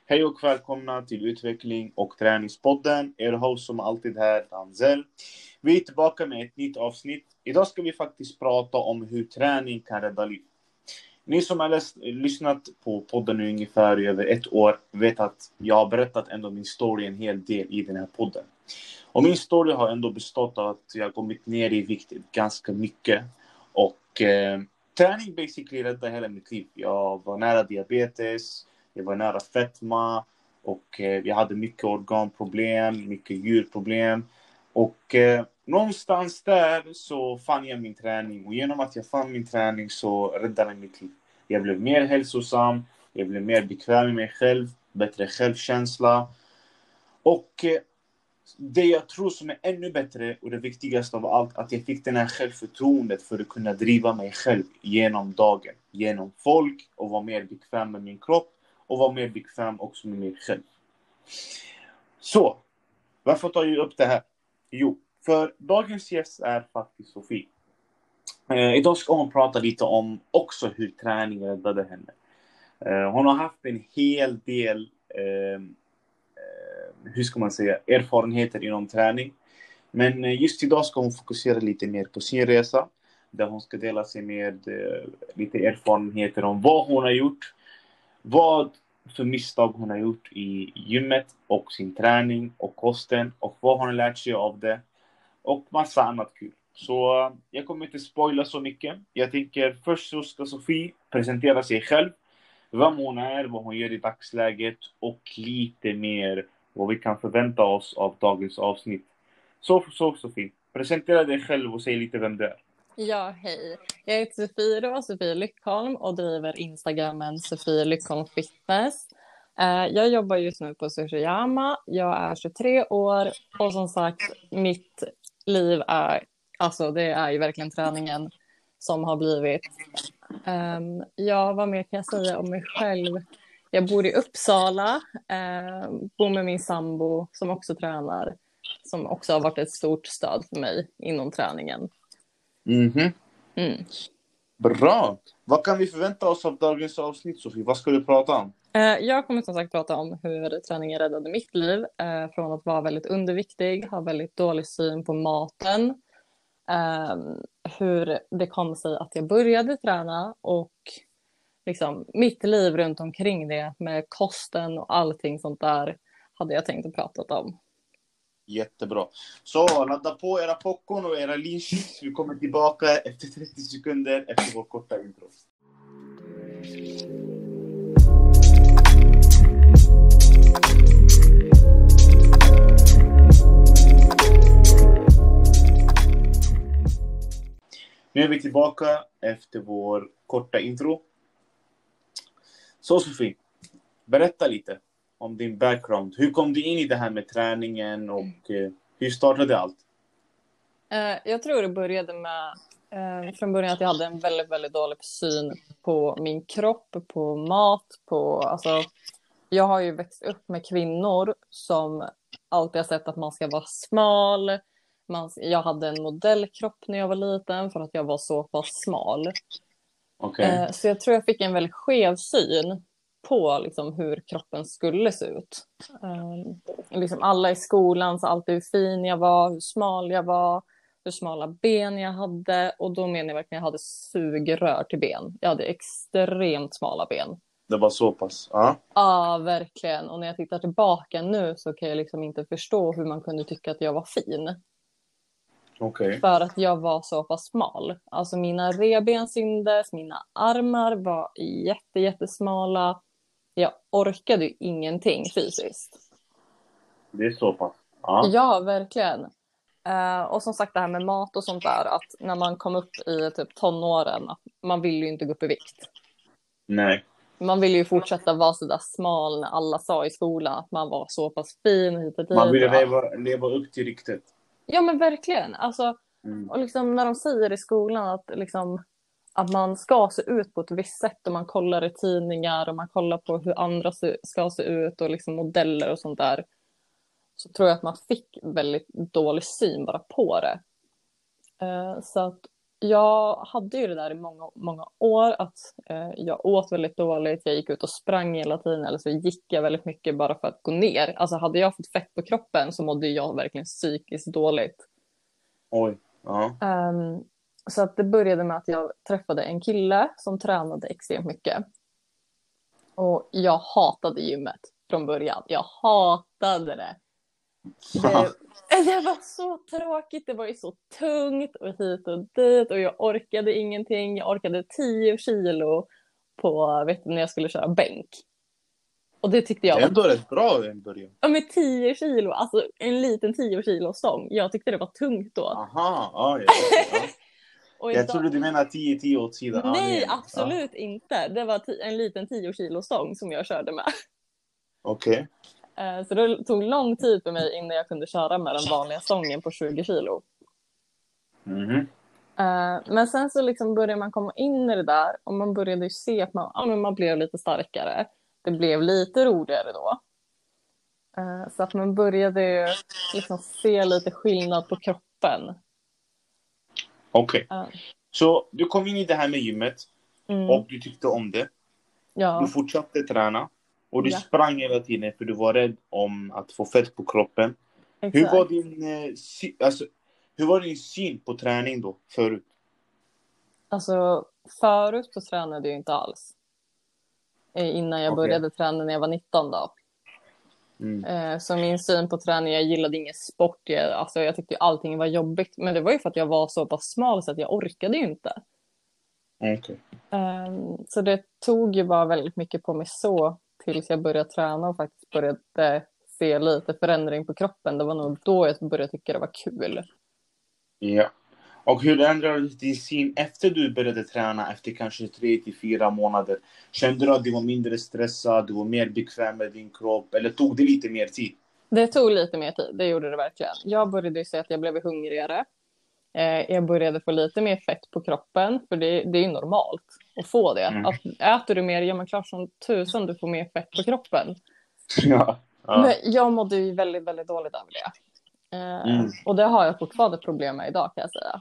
Hej och välkomna till Utveckling och träningspodden. Er host som alltid här, Danzel. Vi är tillbaka med ett nytt avsnitt. Idag ska vi faktiskt prata om hur träning kan rädda liv. Ni som har lyssnat på podden nu ungefär i över ett år vet att jag har berättat ändå min story en hel del i den här podden. Och min story har ändå bestått av att jag har kommit ner i vikt ganska mycket. Och träning basically räddade hela mitt liv. Jag var nära diabetes, jag var nära fetma och jag hade mycket organproblem, mycket djurproblem. Och någonstans där så fann jag min träning. Och genom att jag fann min träning så räddade den mitt liv. Jag blev mer hälsosam, jag blev mer bekväm med mig själv, bättre självkänsla. Och det jag tror som är ännu bättre och det viktigaste av allt, att jag fick den här självförtroendet för att kunna driva mig själv genom dagen, genom folk och vara mer bekväm med min kropp och vara mer bekväm också med mig själv. Så, varför tar jag upp det här? Jo, för dagens gäst är faktiskt Sofie. Idag ska hon prata lite om också hur träning räddade henne. Hon har haft en hel del hur ska man säga, erfarenheter inom träning. Men just idag ska hon fokusera lite mer på sin resa. Där hon ska dela sig med lite erfarenheter om vad hon har gjort. Vad för misstag hon har gjort i gymmet och sin träning och kosten. Och vad hon har lärt sig av det. Och massa annat kul. Så jag kommer inte spoila så mycket. Jag tänker först så ska Sofie presentera sig själv. Vem hon är, vad hon gör i dagsläget och lite mer vad vi kan förvänta oss av dagens avsnitt. Så Sofie, presentera dig själv och säg lite vem du är. Ja, hej. Jag heter Sofie Lyckholm och driver Instagrammen Sofie Lyckholm Fitness. Jag jobbar just nu på Sushiyama. Jag är 23 år och som sagt, mitt liv är, det är ju verkligen träningen som har blivit. Vad mer kan jag säga om mig själv? Jag bor i Uppsala, bor med min sambo som också tränar, som också har varit ett stort stöd för mig inom träningen. Bra! Vad kan vi förvänta oss av dagens avsnitt, Sofie? Vad ska du prata om? Jag kommer som sagt prata om hur träningen räddade mitt liv. Från att vara väldigt underviktig, ha väldigt dålig syn på maten. Hur det kom sig att jag började träna och liksom mitt liv runt omkring det med kosten och allting sånt där hade jag tänkt att prata om. Jättebra. Så ladda på era popcorn och era lean-sheets. Vi kommer tillbaka efter 30 sekunder efter vår korta intro. Nu är vi tillbaka efter vår korta intro. Så Sofie, berätta lite om din background. Hur kom du in i det här med träningen och hur startade allt? Jag tror det började med från början att jag hade en väldigt, väldigt dålig syn på min kropp, på mat, jag har ju växt upp med kvinnor som alltid har sett att man ska vara smal. Jag hade en modellkropp när jag var liten för att jag var så pass smal. Okay. Så jag tror jag fick en väldigt skev syn på liksom, hur kroppen skulle se ut. Liksom alla i skolan sa alltid hur fin jag var, hur smal jag var, hur smala ben jag hade. Och då menar jag verkligen att jag hade sugrör till ben. Jag hade extremt smala ben. Det var så pass? Ja, verkligen. Och när jag tittar tillbaka nu så kan jag liksom inte förstå hur man kunde tycka att jag var fin. Okay. För att jag var så pass smal. Alltså mina revben syndes, mina armar var jättesmala. Jag orkade ju ingenting fysiskt. Det är så pass? Ja, verkligen. Och som sagt det här med mat och sånt där. Att när man kom upp i typ tonåren, man vill ju inte gå upp i vikt. Nej. Man vill ju fortsätta vara så där smal när alla sa i skolan att man var så pass fin hit och dit. Man vill leva upp till riktigt. Ja, men verkligen. Och liksom när de säger i skolan att, liksom, att man ska se ut på ett visst sätt och man kollar i tidningar och man kollar på hur andra ska se ut och liksom modeller och sånt där, så tror jag att man fick väldigt dålig syn bara på det. Så att jag hade ju det där i många, många år att jag åt väldigt dåligt. Jag gick ut och sprang hela tiden eller så gick jag väldigt mycket bara för att gå ner. Alltså hade jag fått fett på kroppen så mådde jag verkligen psykiskt dåligt. Oj. Ja. Så att det började med att jag träffade en kille som tränade extremt mycket. Och jag hatade gymmet från början. Jag hatade det. Det var så tråkigt, det var ju så tungt och hit och dit och jag orkade ingenting. Jag orkade 10 kilo på, vet du, när jag skulle köra bänk. Och det tyckte jag Det är var... ändå rätt bra i en början. Ja, med 10 kilo, alltså en liten 10 kilo stång. Jag tyckte det var tungt då. Aha, ja. Och Jag trodde du menade 10 åt sidan. Nej, absolut inte. Det var en liten 10 kilo stång som jag körde med. Okej. Så det tog lång tid för mig innan jag kunde köra med den vanliga stången på 20 kilo. Mhm. Men sen så liksom började man komma in i det där och man började ju se att man blev lite starkare. Det blev lite roligare då. Så att man började ju liksom se lite skillnad på kroppen. Okej. Så du kom in i det här med gymmet och du tyckte om det. Ja. Du fortsatte träna och du sprang hela tiden för du var rädd om att få fett på kroppen. Exakt. Hur var din syn på träning då förut? Alltså förut så tränade jag inte alls. Innan jag började träna när jag var 19 då. Så min syn på träning, jag gillade ingen sport. Jag tyckte allting var jobbigt. Men det var ju för att jag var så pass smal så att jag orkade ju inte. Okay. Så det tog ju bara väldigt mycket på mig så tills jag började träna och faktiskt började se lite förändring på kroppen. Det var nog då jag började tycka det var kul. Ja. Och hur ändrades din syn efter du började träna efter kanske 3-4 månader? Kände du att du var mindre stressad, du var mer bekväm med din kropp eller tog det lite mer tid? Det tog lite mer tid, det gjorde det verkligen. Jag började ju säga att jag blev hungrigare. Jag började få lite mer fett på kroppen, för det är ju normalt att få det. Äter du mer, men klart som tusan du får mer fett på kroppen. Ja. Men jag mådde ju väldigt, väldigt dåligt över det. Och det har jag fortfarande problem med idag, kan jag säga.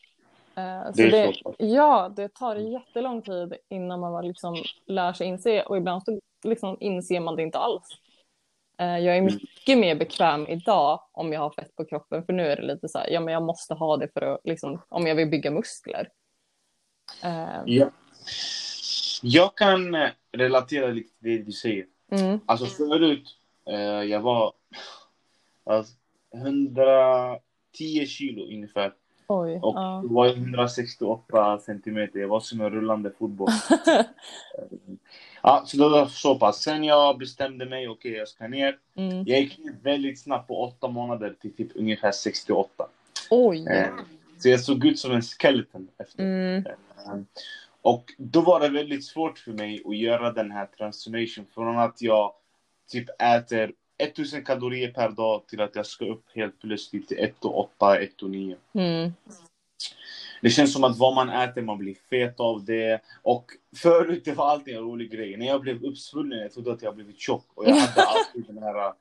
Det tar jättelång tid innan man liksom lär sig inse, och ibland så liksom inser man det inte alls. Jag är mycket mer bekväm idag om jag har fett på kroppen, för nu är det lite så här, men jag måste ha det för att liksom, om jag vill bygga muskler. Ja. Jag kan relatera lite till det du säger. Alltså förut jag var 110 kilo ungefär. Oj, och var 168 centimeter. Jag var som en rullande fotboll. Så det var så pass. Sen jag bestämde mig, jag ska ner. Jag gick ner väldigt snabbt på 8 månader till typ ungefär 68. Oj. Så jag såg ut som en skeleton efter. Och då var det väldigt svårt för mig att göra den här transformation. Från att jag typ äter 1000 kalorier per dag till att jag ska upp helt plötsligt till 1,8, 1,9. Det känns som att vad man äter, man blir fet av det. Och förut, det var alltid en rolig grej. När jag blev uppsvullen, jag trodde att jag blivit tjock. Och jag hade alltid den här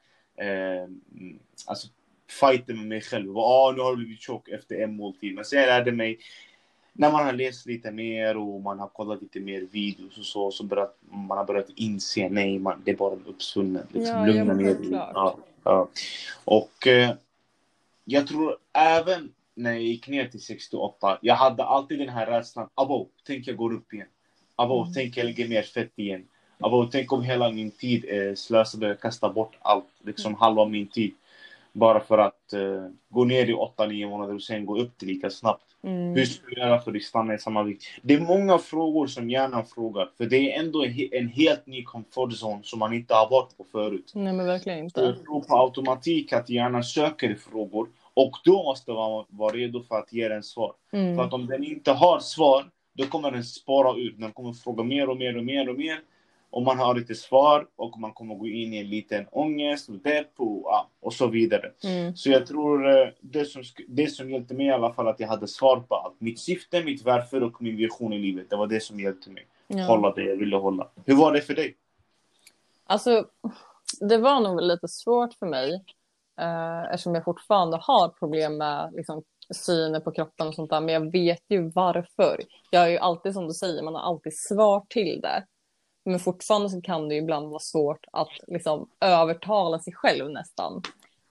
fighten med mig själv. Nu har du blivit tjock efter en måltid. Men sen jag lärde mig, när man har läst lite mer och man har kollat lite mer videos och så man har börjat inse, nej, det är bara en uppsvullnen. Liksom, lugna ner. Och jag tror även när jag gick ner till 68, jag hade alltid den här rädslan. Tänk jag går upp igen. Tänk jag lägger mer fett igen. Tänk om hela min tid slösade, jag kastar bort allt. Liksom halva min tid. Bara för att gå ner i 8-9 månader och sen gå upp till lika snabbt. Hur ska du göra för att stanna i samma vikt? Det är många frågor som hjärnan frågar. För det är ändå en helt ny komfortzon som man inte har varit på förut. Nej, men verkligen inte. Jag tror på automatik att hjärnan söker frågor. Och då måste man vara redo för att ge den svar. För att om den inte har svar, då kommer den spara ut. Den kommer fråga mer och mer och mer och mer. Och man har inte svar och man kommer gå in i en liten ångest och depp och så vidare. Så jag tror det som hjälpte mig i alla fall, att jag hade svar på allt. Mitt syfte, mitt varför och min vision i livet. Det var det som hjälpte mig. Hålla det jag ville hålla. Hur var det för dig? Alltså, det var nog lite svårt för mig. Eftersom jag fortfarande har problem med liksom, synen på kroppen och sånt där. Men jag vet ju varför. Jag är ju alltid, som du säger, man har alltid svar till det. Men fortfarande så kan det ju ibland vara svårt att liksom övertala sig själv nästan.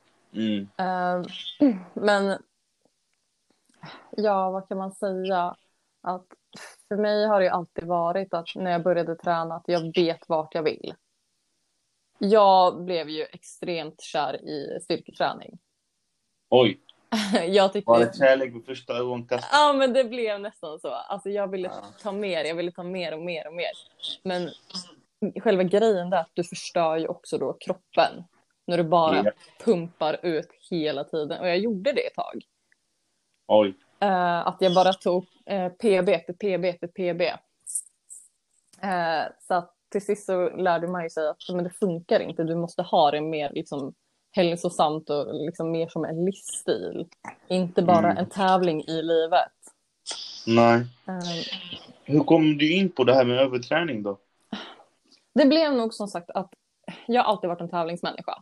Men ja, vad kan man säga? Att för mig har det ju alltid varit att när jag började träna att jag vet vart jag vill. Jag blev ju extremt kär i styrketräning. Oj, Jag tyckte... var det kärlek vid första ögonkastet? Ja, men det blev nästan så. Alltså jag ville ta mer, jag ville ta mer och mer och mer. Men själva grejen är att du förstör ju också då kroppen. När du bara pumpar ut hela tiden. Och jag gjorde det ett tag. Oj. Att jag bara tog PB efter PB efter PB. Så att till sist så lärde man ju sig att men det funkar inte. Du måste ha det mer liksom hälsosamt och liksom mer som en livsstil. Inte bara en tävling i livet. Nej. Hur kom du in på det här med överträning då? Det blev nog som sagt att jag har alltid varit en tävlingsmänniska.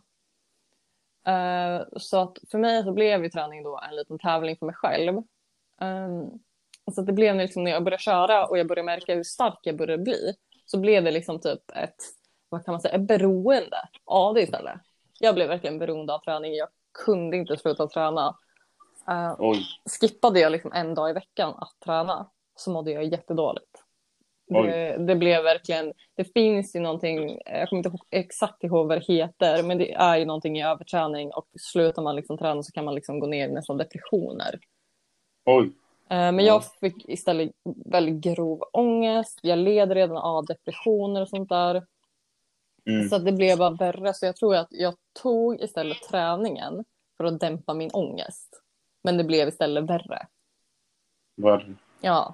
Så att för mig så blev ju träning då en liten tävling för mig själv. Så att det blev liksom när jag började köra och jag började märka hur stark jag började bli. Så blev det liksom typ vad kan man säga, ett beroende av det istället. Jag blev verkligen beroende av träning. Jag kunde inte sluta träna. Skippade jag liksom en dag i veckan att träna så mådde jag jättedåligt. Det blev verkligen, det finns ju någonting, jag kommer inte exakt ihåg vad det heter, men det är ju någonting i överträning och slutar man liksom träna så kan man liksom gå ner i nästan depressioner. Men jag fick istället väldigt grov ångest, jag led redan av depressioner och sånt där. Så att det blev bara värre, så jag tror att jag tog istället träningen för att dämpa min ångest. Men det blev istället värre. Värre? Ja.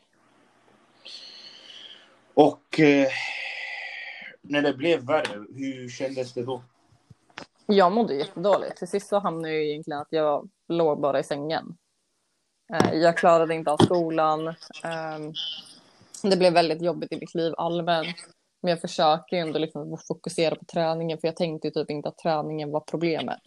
Och när det blev värre, hur kändes det då? Jag mådde jättedåligt. Till sist så hamnade jag egentligen att jag låg bara i sängen. Jag klarade inte av skolan. Det blev väldigt jobbigt i mitt liv allmänt. Men jag försöker ju ändå liksom fokusera på träningen. För jag tänkte ju typ inte att träningen var problemet.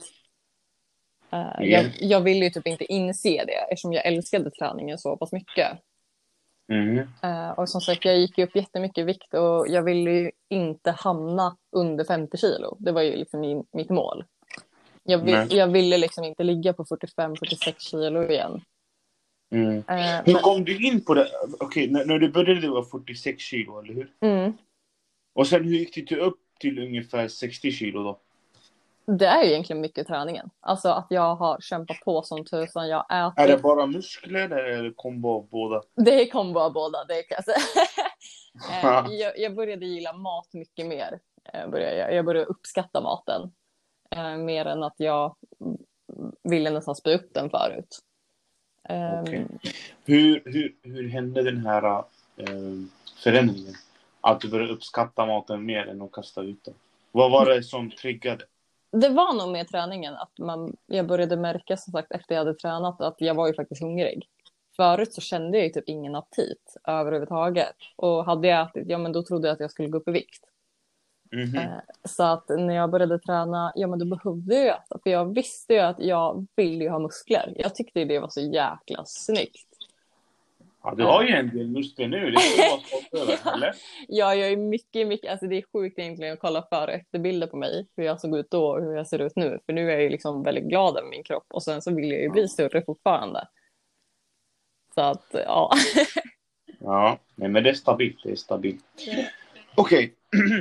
Jag ville ju typ inte inse det. Eftersom jag älskade träningen så pass mycket. Och som sagt, jag gick ju upp jättemycket i vikt. Och jag ville ju inte hamna under 50 kilo. Det var ju liksom mitt mål. Jag ville liksom inte ligga på 45-46 kilo igen. Hur kom du in på det? Okej, när du började det var 46 kilo, eller hur? Och sen hur gick du upp till ungefär 60 kilo då? Det är ju egentligen mycket träningen. Alltså att jag har kämpat på som tusan. Jag äter... Är det bara muskler eller är det kombo av båda? Det är kombo av båda, det kan jag säga. Jag började gilla mat mycket mer. Jag började uppskatta maten. Mer än att jag ville nästan spy upp den förut. Okay. Hur hände den här förändringen? Att du började uppskatta maten mer än att kasta ut den? Vad var det som triggade? Det var nog med träningen att jag började märka som sagt efter jag hade tränat att jag var ju faktiskt hungrig. Förut så kände jag ju typ ingen aptit överhuvudtaget. Och hade jag ätit, ja men då trodde jag att jag skulle gå upp i vikt. Så att när jag började träna, ja men då behövde jag äta. För jag visste ju att jag ville ju ha muskler. Jag tyckte det var så jäkla snyggt. Ja, du har ju en del muskler nu. Det ska vara stolt över, eller? Ja, jag är mycket, alltså det är sjukt egentligen att kolla före och efterbilder på mig. Hur jag såg ut då och hur jag ser ut nu. För nu är jag ju liksom väldigt glad över min kropp. Och sen så vill jag ju bli större fortfarande. Så att, ja. Ja, men det är stabilt. Okej.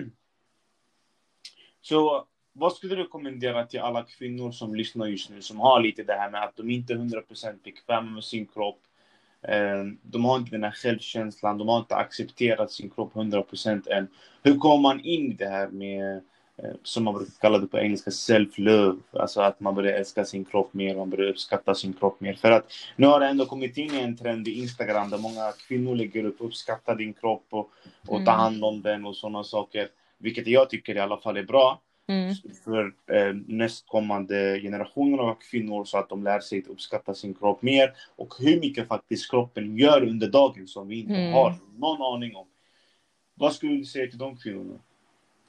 Så vad skulle du rekommendera till alla kvinnor som lyssnar just nu? Som har lite det här med att de inte är 100% bekväma med sin kropp. De har inte den här självkänslan. De har inte accepterat sin kropp 100% än. Hur kommer man in i det här med, som man brukar kalla det på engelska, self-love? Alltså att man börjar älska sin kropp mer. Man börjar uppskatta sin kropp mer. För att nu har det ändå kommit in en trend i Instagram där många kvinnor lägger upp uppskatta din kropp och ta hand om den och sådana saker. Vilket jag tycker i alla fall är bra. För nästkommande generationer av kvinnor så att de lär sig att uppskatta sin kropp mer och hur mycket faktiskt kroppen gör under dagen som vi inte har någon aning om. Vad skulle du säga till de kvinnorna?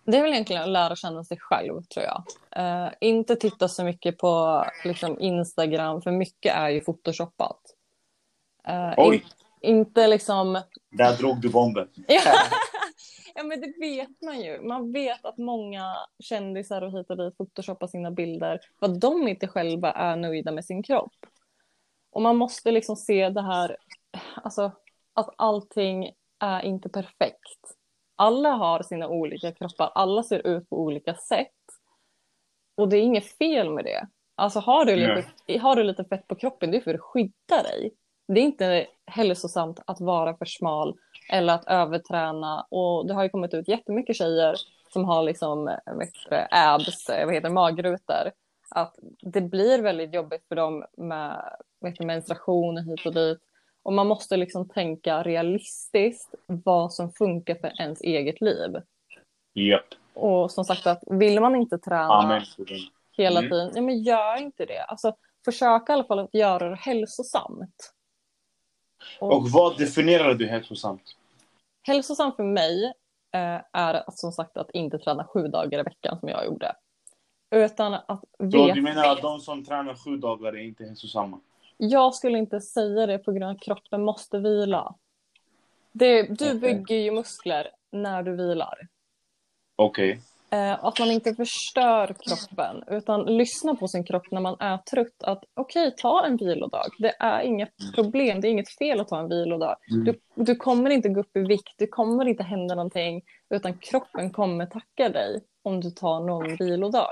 Det är väl egentligen att lära känna sig själv, tror jag. Inte titta så mycket på liksom, Instagram, för mycket är ju photoshoppat. Oj, Inte liksom... där drog du bomben. Ja, men det vet man ju. Man vet att många kändisar och hit och dit photoshoppar sina bilder för att de inte själva är nöjda med sin kropp. Och man måste liksom se det här, alltså att allting är inte perfekt. Alla har sina olika kroppar, alla ser ut på olika sätt. Och det är inget fel med det. Alltså har du lite fett på kroppen, det är för att skydda dig. Det är inte hälsosamt att vara för smal eller att överträna. Och det har ju kommit ut jättemycket tjejer som har liksom, abs, magrutor. Att det blir väldigt jobbigt för dem med menstruation hit och dit. Och man måste liksom tänka realistiskt vad som funkar för ens eget liv. Japp. Och som sagt, att vill man inte träna Amen. hela tiden, ja, men gör inte det. Alltså, försök i alla fall att göra det hälsosamt. Och vad definierar du hälsosamt? Hälsosamt för mig är att, som sagt, att inte träna 7 dagar i veckan som jag gjorde. Utan att Så du menar att de som tränar 7 dagar är inte hälsosamma? Jag skulle inte säga det på grund av att kroppen måste vila. Du bygger ju muskler när du vilar. Okej. Att man inte förstör kroppen utan lyssna på sin kropp när man är trött. Att okej, ta en vilodag. Det är inget problem, det är inget fel att ta en vilodag. Du kommer inte gå upp i vikt, det kommer inte hända någonting. Utan kroppen kommer tacka dig om du tar någon vilodag.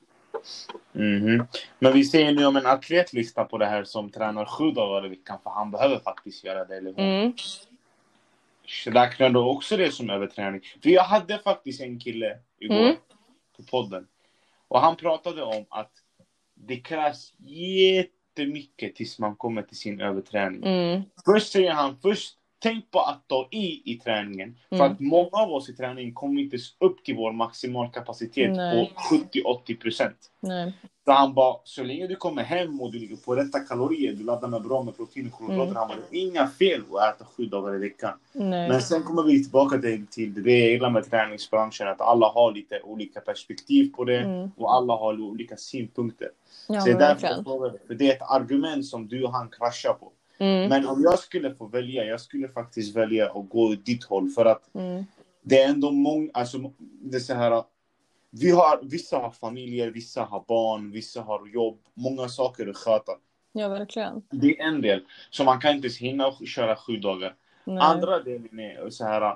Men vi ser nu om en atlet lyssnar på det här som tränar 7 dagar i veckan, för han behöver faktiskt göra det, eller hur? Räknar du också det som överträning? För jag hade faktiskt en kille igår på podden. Och han pratade om att det krävs jättemycket tills man kommer till sin överträning. Först säger han, tänk på att ta i träningen. För att många av oss i träningen kommer inte upp till vår maximal kapacitet på 70-80%. Så han bara, så länge du kommer hem och du ligger på rätta kalorier, du laddar med bra med protein och kolhydrater, han bara, det är inga fel att äta 7 dagar i veckan. Men sen kommer vi tillbaka till det jag gillar med träningsbranschen, att alla har lite olika perspektiv på det och alla har olika synpunkter. Ja, så det är därför, för det är ett argument som du och han kraschar på. Men om jag skulle få välja, jag skulle faktiskt välja att gå ditt håll, för att det är ändå många, alltså det är så här, vissa har familjer, vissa har barn, vissa har jobb, många saker att sköta. Ja, verkligen. Det är en del, så man kan inte hinna köra 7 dagar. Andra delen är så här,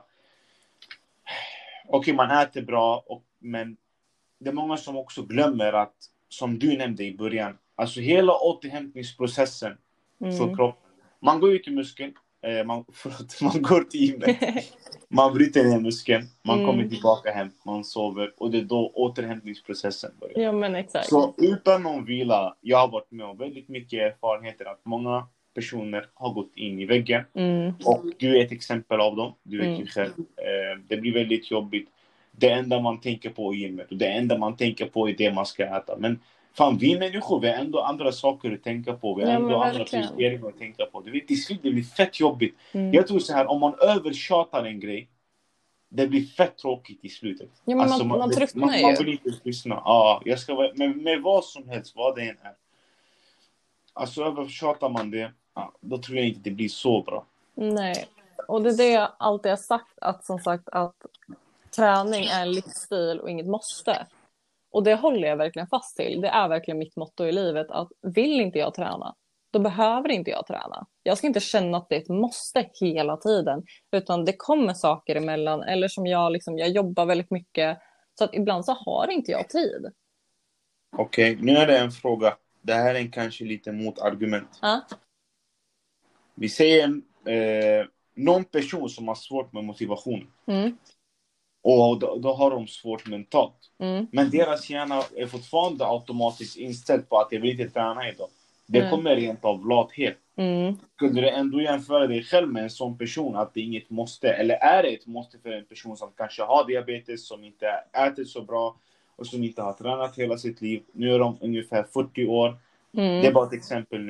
okej, man äter bra, men det är många som också glömmer att, som du nämnde i början, alltså hela återhämtningsprocessen för kroppen. Man går ut i muskeln, man går till gymmet, man bryter ner muskeln, man kommer tillbaka hem, man sover, och det är då återhämtningsprocessen börjar. Ja, men exakt. Så utan någon vila, jag har varit med om väldigt mycket erfarenheter att många personer har gått in i väggen. Och du är ett exempel av dem, du vet ju själv. Det blir väldigt jobbigt. Det enda man tänker på i gymmet, och det enda man tänker på är det man ska äta. Men fan, vi människor, vi har ändå andra saker att tänka på. Vi har ändå andra prioriteringar att tänka på. Du vet, till slut det blir fett jobbigt. Jag tror så här, om man övertjatar en grej, det blir fett tråkigt i slutet. Ja, men alltså, man tröttnar ju. Man vill inte lyssna. Ja, jag ska vara med vad som helst, vad det än är. Alltså övertjatar man det, då tror jag inte det blir så bra. Nej, och det är det jag alltid har sagt, att som sagt att träning är en livsstil och inget måste. Och det håller jag verkligen fast till. Det är verkligen mitt motto i livet, att vill inte jag träna, då behöver inte jag träna. Jag ska inte känna att det är ett måste hela tiden, utan det kommer saker emellan. Eller som jag jobbar väldigt mycket, så att ibland så har inte jag tid. Okej, nu är det en fråga. Det här är kanske lite motargument. Vi säger någon person som har svårt med motivation. Och då har de svårt mentalt. Men deras hjärna är fortfarande automatiskt inställd på att jag vill inte träna idag. Det kommer rent av lathet. Skulle du ändå jämföra dig själv med en sån person, att det är inget måste? Eller är det ett måste för en person som kanske har diabetes, som inte äter så bra och som inte har tränat hela sitt liv? Nu är de ungefär 40 år. Det är bara ett exempel nu.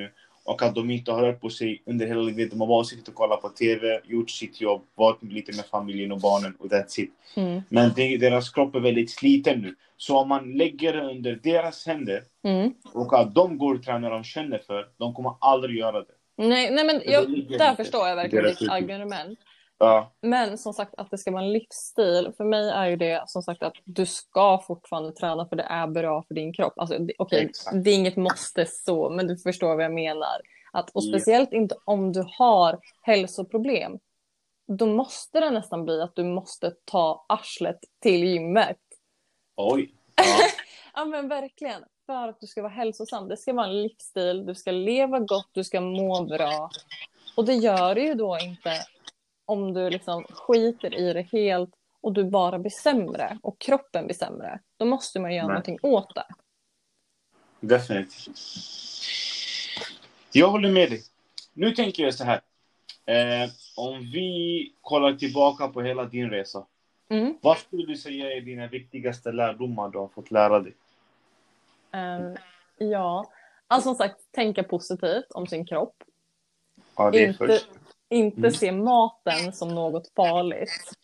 och att de inte har rört på sig under hela livet. De har bara suttit och kollat på TV, gjort sitt jobb, varit lite med familjen och barnen och that's it. Men deras kropp är väldigt sliten nu. Så om man lägger det under deras händer och att de går och tränar de känner för, de kommer aldrig göra det. Nej, men där förstår jag verkligen ditt argument. Ja. Men som sagt att det ska vara en livsstil. För mig är ju det som sagt att du ska fortfarande träna för det är bra för din kropp. Alltså, okej, det är inget måste så, men du förstår vad jag menar. Och speciellt inte om du har hälsoproblem. Då måste det nästan bli att du måste ta arslet till gymmet. Oj. Ja. Ja men verkligen. För att du ska vara hälsosam. Det ska vara en livsstil. Du ska leva gott. Du ska må bra. Och det gör du ju då inte om du liksom skiter i det helt och du bara blir sämre och kroppen blir sämre. Då måste man göra någonting åt det. Definitivt. Jag håller med dig. Nu tänker jag så här. Om vi kollar tillbaka på hela din resa. Vad skulle du säga är dina viktigaste lärdomar du har fått lära dig? Ja, alltså som sagt, tänka positivt om sin kropp. Ja, det är först. Inte se maten som något farligt.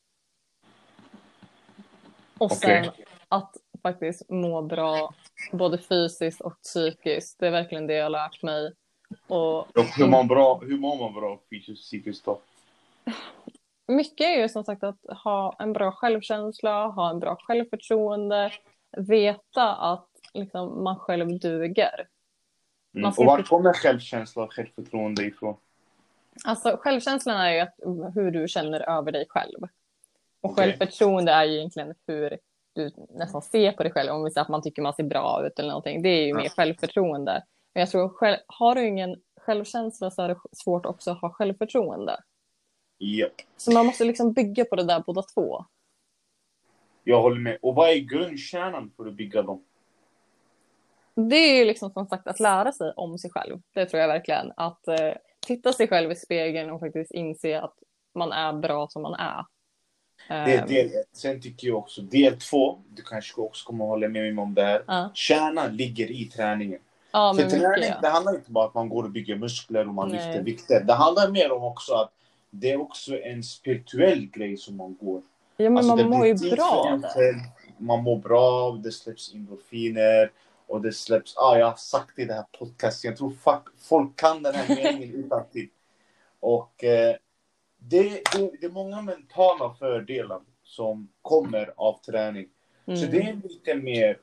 Och sen att faktiskt må bra både fysiskt och psykiskt. Det är verkligen det jag har lärt mig. Och hur mår man bra fysiskt och psykiskt då? Mycket är ju som sagt att ha en bra självkänsla, ha en bra självförtroende, veta att liksom, man själv duger. Och var kommer självkänsla och självförtroende ifrån? Alltså självkänslan är ju hur du känner över dig själv. Och självförtroende är ju egentligen hur du nästan ser på dig själv. Om vi säger att man tycker man ser bra ut eller någonting. Det är ju mer självförtroende. Men jag tror har du ingen självkänsla så är det svårt också att ha självförtroende. Yep. Så man måste liksom bygga på det där båda två. Jag håller med. Och vad är grundkärnan för att bygga dem? Det är ju liksom som sagt att lära sig om sig själv. Det tror jag verkligen. Att titta sig själv i spegeln och faktiskt inse att man är bra som man är. Det är del 1. Sen tycker jag också del 2. Du kanske också kommer att hålla med mig om det här. Kärnan ligger i träningen. Ja, för träning, det handlar inte bara att man går och bygger muskler och man lyfter vikter. Det handlar mer om också att det är också en spirituell grej som man går. Ja, men alltså, man mår ju bra. Man mår bra, det släpps endorfiner. Och det släpps, jag har sagt i det här podcasten. Jag tror folk kan den här meningen utan till. Och det är många mentala fördelar som kommer av träning. Så det är lite mer...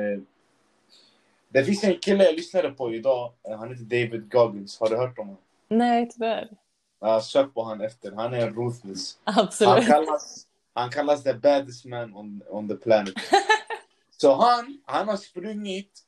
det finns en kille jag lyssnade på idag. Han heter David Goggins. Har du hört om honom? Nej, tyvärr. Sök på han efter. Han är ruthless. Absolut. Han kallas the baddest man on the planet. Så han har sprungit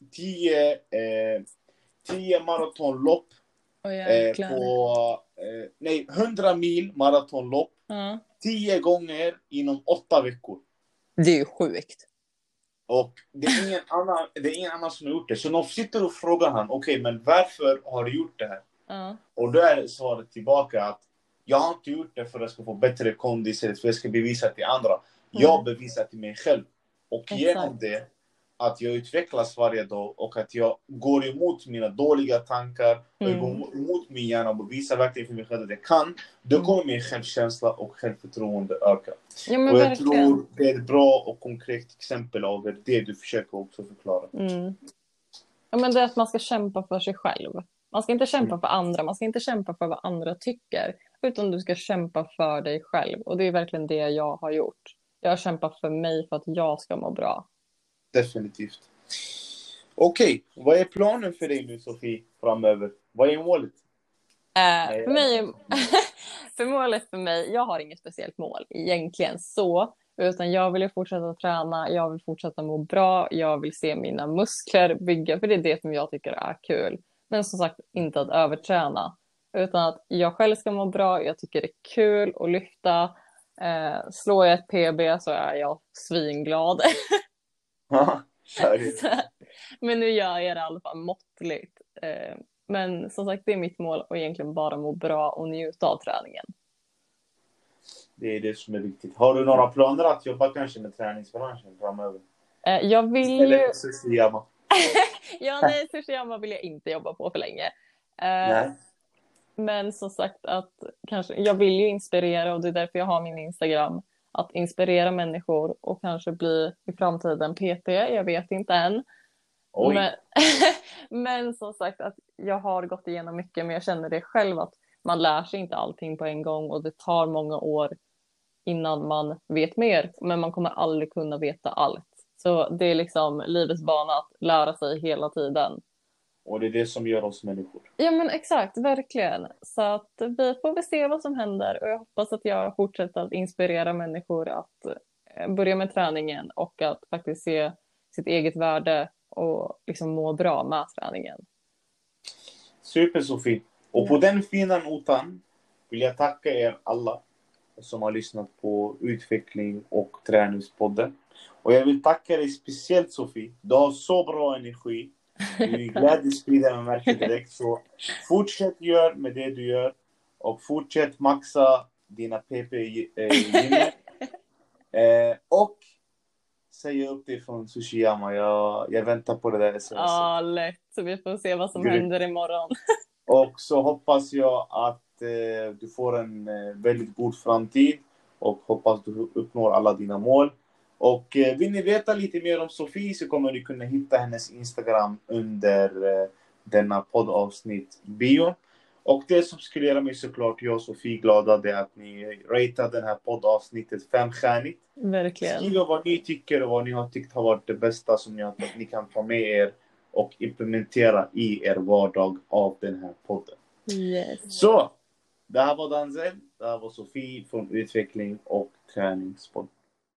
10 maratonlopp på 100 mil maratonlopp 10 gånger inom 8 veckor. Det är ju sjukt. Och det är ingen annan som har gjort det. Så de sitter och frågar han, okej, men varför har du gjort det här? Och då är svaret tillbaka att jag har inte gjort det för att jag ska få bättre kondis eller för att jag ska bevisa till andra. Jag bevisar till mig själv. Och genom det att jag utvecklas varje dag och att jag går emot mina dåliga tankar och jag går emot min hjärna och visar verkligen för mig själv att jag kan, då kommer min självkänsla och självförtroende öka. Ja, men och jag verkligen. tror det är ett bra och konkret exempel av det du försöker också förklara. Ja, men det är att man ska kämpa för sig själv. Man ska inte kämpa för andra, man ska inte kämpa för vad andra tycker, utan du ska kämpa för dig själv. Och det är verkligen det jag har gjort. Jag kämpar för mig för att jag ska må bra. Definitivt. Okej, vad är planen för dig nu, Sofie, framöver? Vad är målet? För målet för mig, jag har inget speciellt mål egentligen så, utan jag vill fortsätta träna, jag vill fortsätta må bra, jag vill se mina muskler bygga, för det är det som jag tycker är kul. Men som sagt, inte att överträna, utan att jag själv ska må bra, jag tycker det är kul att lyfta. Slår jag ett PB så är jag svinglad. Men nu gör jag det i alla fall måttligt. Men som sagt, det är mitt mål att egentligen bara må bra och njuta av träningen. Det är det som är viktigt. Har du några planer att jobba kanske med träningsbranschen framöver? Jag vill ju... Sushiyama. Ja, nej, Sushiyama vill jag inte jobba på för länge. Nej. Men som sagt att kanske, jag vill ju inspirera och det är därför jag har min Instagram. Att inspirera människor och kanske bli i framtiden PT, jag vet inte än. Oj. Men, men som sagt att jag har gått igenom mycket men jag känner det själv att man lär sig inte allting på en gång och det tar många år innan man vet mer. Men man kommer aldrig kunna veta allt. Så det är liksom livets bana att lära sig hela tiden. Och det är det som gör oss människor. Ja men exakt, verkligen. Så att vi får väl se vad som händer och jag hoppas att jag fortsätter att inspirera människor att börja med träningen och att faktiskt se sitt eget värde och liksom må bra med träningen. Super Sofie. Och på den fina notan vill jag tacka er alla som har lyssnat på Utveckling och Träningspodden. Och jag vill tacka dig speciellt Sofie. Du har så bra energi. Du är glädjespridare med märket direkt. Så fortsätt gör med det du gör. Och fortsätt maxa dina PP-gymmer. Och säga upp dig från Sushiyama. Jag väntar på det där sms. Ja, lätt. Så vi får se vad som händer imorgon. Och så hoppas jag att du får en väldigt god framtid. Och hoppas du uppnår alla dina mål. Och vill ni veta lite mer om Sofie så kommer ni kunna hitta hennes Instagram under denna poddavsnitt bio. Och det som skulle göra mig såklart jag och Sofie glada det är att ni ratear den här poddavsnittet 5-stjärnigt. Verkligen. Skriva vad ni tycker och vad ni har tyckt har varit det bästa som ni kan ta med er och implementera i er vardag av den här podden. Yes. Så, det här var Danzel, det här var Sofie från Utveckling och Träningspodden.